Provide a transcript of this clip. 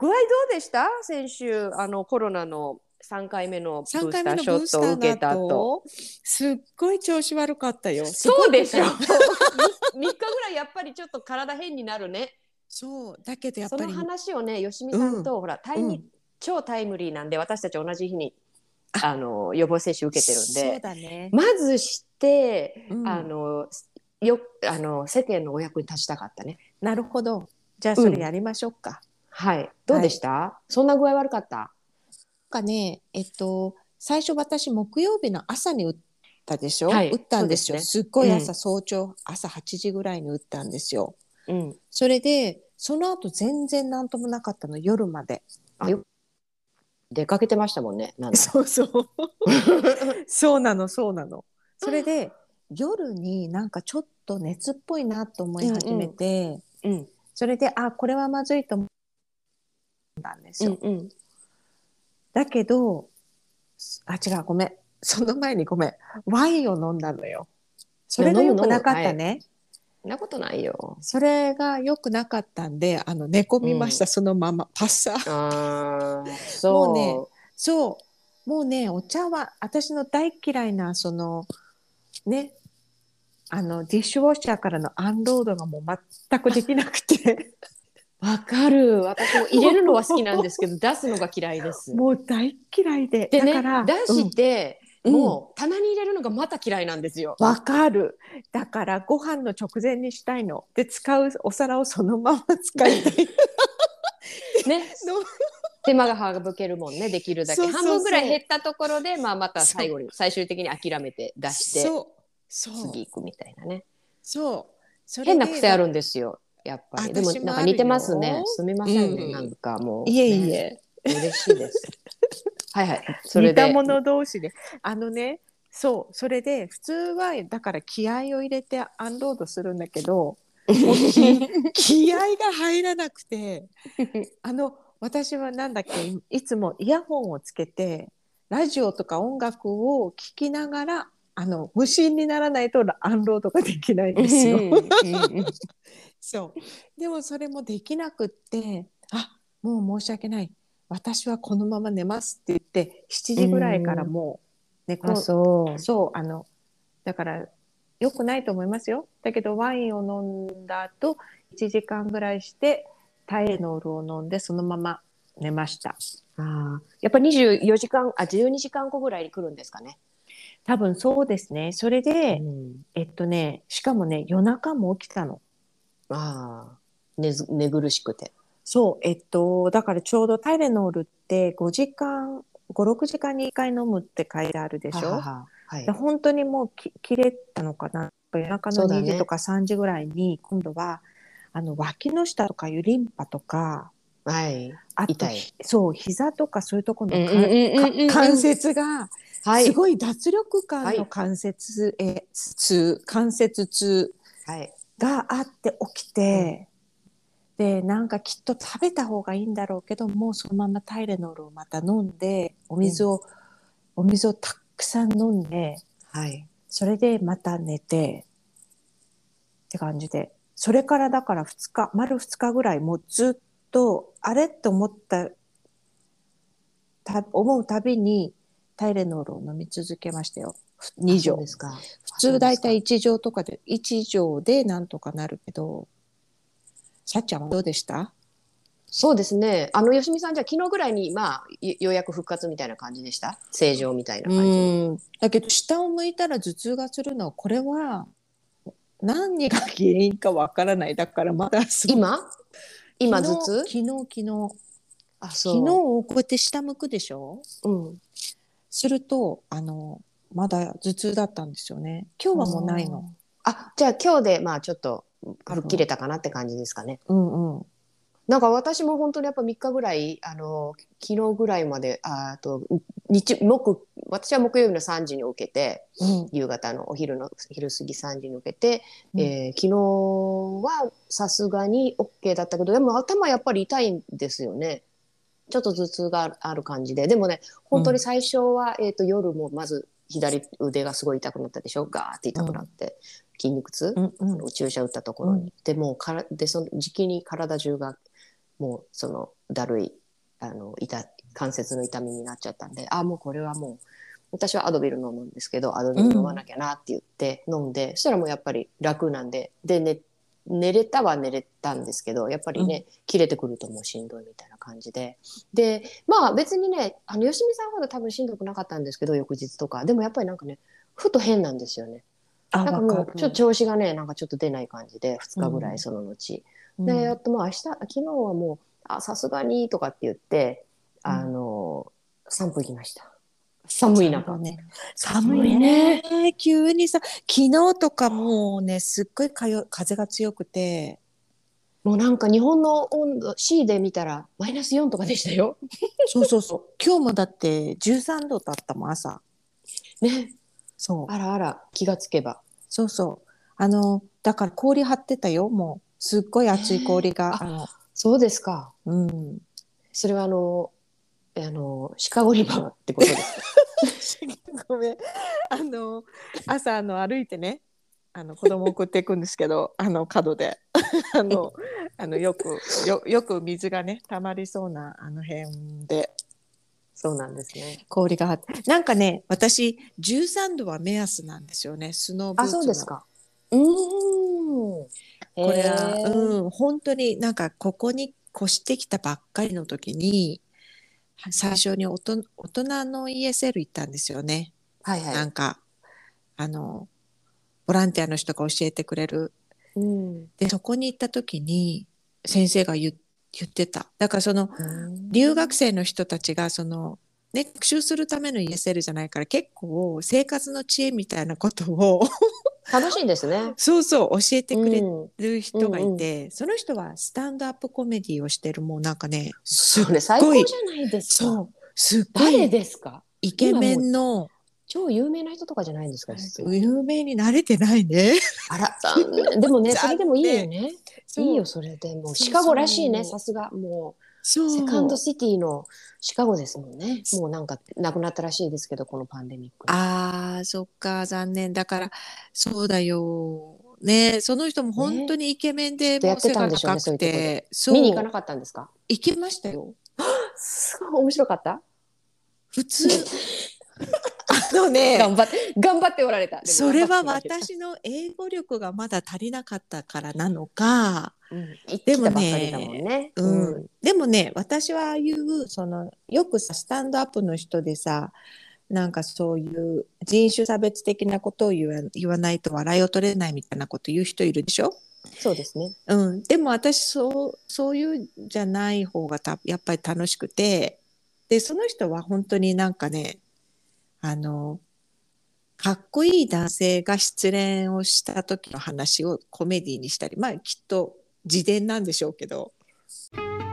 合どうでした先週コロナの3回目のブ 3回目のースターショッブースターのトを受けた後。 後、すっごい調子悪かったよ。すごいそうでしょ。 だから 3日ぐらいやっぱりちょっと体変になるね。 そうだけどやっそのぱり、 話をね、よしみさんうんとほらうん超タイムリーなんで、私たち同じ日に予防接種受けてるんそうで、 だね。 まず知ってうん世間のお役に立ちたかったね。 なるほど。じゃあうん。 それやりましょうか。 はい。どうはい。 でした？そんな具合悪かった？ かね、最初私木曜日の朝に打ったでしょ。打っはい。 たんですよ。 そうですね。 すっごい朝、 うん。 早朝、朝8時ぐらいに打ったんですよ。 うん。 それで、その後全然なんともなかったの、夜まで。 出かけてましたもんね。なんだ。 そうそう。そうなの、そうなの。それで、夜になんかちょっと熱っぽいなと思い始めうんうんて、 うん。 それで、あ、これはまずいと思ったんですよ。 うんうん。 だけど、あ、違う、ごめん。その前にごめん。ワインを飲んだのよ。それが良くな飲む飲む。はい。 かったね。 そんなことないよ。 それが良くなかったんで、寝込うみました、 ん。 そのまま。パッサー。もうね、 そそう。もうね、お茶は、私の大嫌いな、ね、ディッシュウォッシャーからのアンロードがもう全くできなくて。 う。わかる。私も入れるのは好きなんですけもど、出すのが嫌いです。 もう大嫌いで。 でね、 だから、 出して、 うん。 もう棚に入れるのがまた嫌いなんですよ。 わかる。だからご飯の直前にしたいの。で、使うお皿をそのまま使いたいね。 の。 手間が省けるもんね、できるだけ。 そう半そうそう。 分ぐらい減ったところで、まあ、またそう。 最終的に諦めて出して、 そう。そう。 次行くみたいなね。 そう。それ変なで、 癖あるんですよ、やっぱり。でも、 私もあるなんか似てますね。 よ。 すみまうせんね、なんん。 かもいえうね、 いえ。 嬉しいです。はいはい。それで、 似た者同士で。ね、そう。それで、普通は、だから気合を入れてアンロードするんだけど、もう気合が入らなくて、私はなんだっけ、いつもイヤホンをつけて、ラジオとか音楽を聴きながら、無心にならないとアンロードができないんうですよ。 んうんそう。でもそれもできなくって、あ、もう申し訳ない。私はこのまま寝ますって言って、7 う時ぐらいからん。 もうあ、そそう、だから良くないと思いますよ。だけどワインを飲んだ後、1時間ぐらいして、タイレノールを飲んで、そのまま寝ました。 う。やっぱ24時間、12時間後ぐらいに来るんですかね。 多分そうですね。それで、 うん。 しかもね、夜中も起きたの。 ああ、寝苦しくて。 そう、だからちょうどタイレノールって5時間、5、6時間に1回飲むって書いてあるでしょ。 ははは。はでい。 本当にもう切れたのかな。夜中の2時とそうだね。 か3時ぐらいに、今度は、脇の下とかいうリンパとか、 はい。 あと痛い。 そう、膝とかそういうところのうんうんうんうん関うん。 節が、 はい。 すごい脱力感のはい。 関節痛はい。 があって起きうん。 て、で、なんかきっと食べた方がいいんだろうけども、そのままタイレノールをまた飲んで、 うん。 お水をたくさん飲んで、 はい。 それでまた寝て、って感じで。それからだから丸2日ぐらいもうずっと、あれと思うたびにタイレノールを飲み続けましたよ。 あ、 2錠。 そうですか。 普あ、そ通だいたいうですか。 1錠とかで、1錠でなんとかなるけど、さっちゃんはどうでした？ そうですね。よしみさん、じゃあ昨日ぐらいに、まあ、ようやく復活みたいな感じでした？正常みたいな感じ。 だけど下を向いたら頭痛がするのは、これは何が原因かわからない。だからまだ今今頭痛。 昨日、 あ、 昨日そこうやって下向くでしょ。 う。うん。 すると、まだ頭痛だったんですよね。今日はもうないの。 じゃあ今日で、まあちょっと吹っ切れ多分。 たかなって感じですかね。 うんうん。 なんか私も本当にやっぱ3日ぐらい、昨日ぐらいまで、私は木曜日の3時に受けて、 うん夕方の昼過ぎ3時に受けて、 うん。 昨日はさすがに OK だったけど、でも頭やっぱり痛いんですよね。ちょっと頭痛がある感じで。でもね、本当にうん最初は、夜もまず左腕がすごい痛くなったでしょ。ガーって痛くなって。筋肉痛、 うんうん注射打ったところに。 うんで、もうその時期に体中がもうだるい関節の痛みになっちゃったんで、もうこれはもう私はアドビル飲むんですけど、アドビル飲まなきゃなって言って飲んで、そしたらもうやっぱり楽なんで、寝れたは寝れたんですけど、やっぱりね、切れてくるともうしんどいみたいな感じで、でまあ別にね、よしみさんほど多分しんどくなかったんですけど、翌日とかでもやっぱりなんかね、ふと変なんですよね。 あ、 なんかわかる。 もうちょっと調子がね、なんかちょっと出ない感じで、2日ぐらいうんその後。で、やうんっともう昨日はもう、さすがにとかって言って、 うん散歩行きました。寒い中。 ね、寒い寒いね。 ね。急にさ、昨日とかもうね、すっごい風が強くて、 もうなんか日本の温度、C で見たらマイナス4とかでしたよ。 そうそうそう。今日もだって13度だったもん、朝。 ね。 そう。 あらあら、気がつけば。 そうそう。だから氷張ってたよ、もう。すっごい熱い氷が。 そうですか。 うん。 それはシカゴリバーってことですか？ ごめん。朝、歩いてね、子供送っていくんですけど、角で。あの、よく水がね、溜まりそうな、辺で。 そうなんですね。 氷が張って。なんかね、私、13度は目安なんですよね、スノーブーツの。 そうですか。うーん。へこれは、 え。 本当になんか、ここに越してきたばっかりの時に、最初に大人の ESL 行ったんですよね。 はいはい。 なんか、あの、ボランティアの人が教えてくれる。 うん。 で、そこに行った時に、先生が言ってた。だからう留学ん。 生の人たちが、ね、学習するための ESL じゃないから、結構生活の知恵みたいなことを楽しいですね。 そうそう教えてくれうん。 るう人がいんうん。 て、その人はスタンドアップコメディをしてる、もうなんかね、すっそれ最ごい、 高じゃないですか。 そう、すっご誰いですか？ イケメ今もうンの、 超有名な人とかじゃないんですか、実は。 有名になれてないね。 あら、残念。でもね、それでもいいよ残念。 ね。いいよ、 そう、 それでも。 そうシカゴらしいね、 そう、 さすが。もう、セカンドそう。 シティのシカゴですもんね。もうなんか、なくなったらしいですけど、このパンデミックで。 ああ、そっか、残念。だから、そうだよ。ね、その人も本当ね。 にイケメンできっとやってもう背たんでしょうね、 が高くそういうとこで。 て、そう、 見に行かなかったんですか？ 行きましたよ。 すごい面白かった。 普通、あのね、 頑張っておられた。でも頑張ってそれはおられた。 私の英語力がまだ足りなかったからなのか、 うん、 でも来たばっかりだもんね、 ね。ううん。 ん。 でもね、私はああいう、よくさ、スタンドアップの人でさ、なんかそういう人種差別的なことを言わないと笑いを取れないみたいなこと言う人いるでしょ？ そうですね。 うん。でも私、そういうじゃない方がやっぱり楽しくて、で、その人は本当になんかね、あの、かっこいい男性が失恋をした時の話をコメディにしたり、まあきっと自伝なんでしょうけど、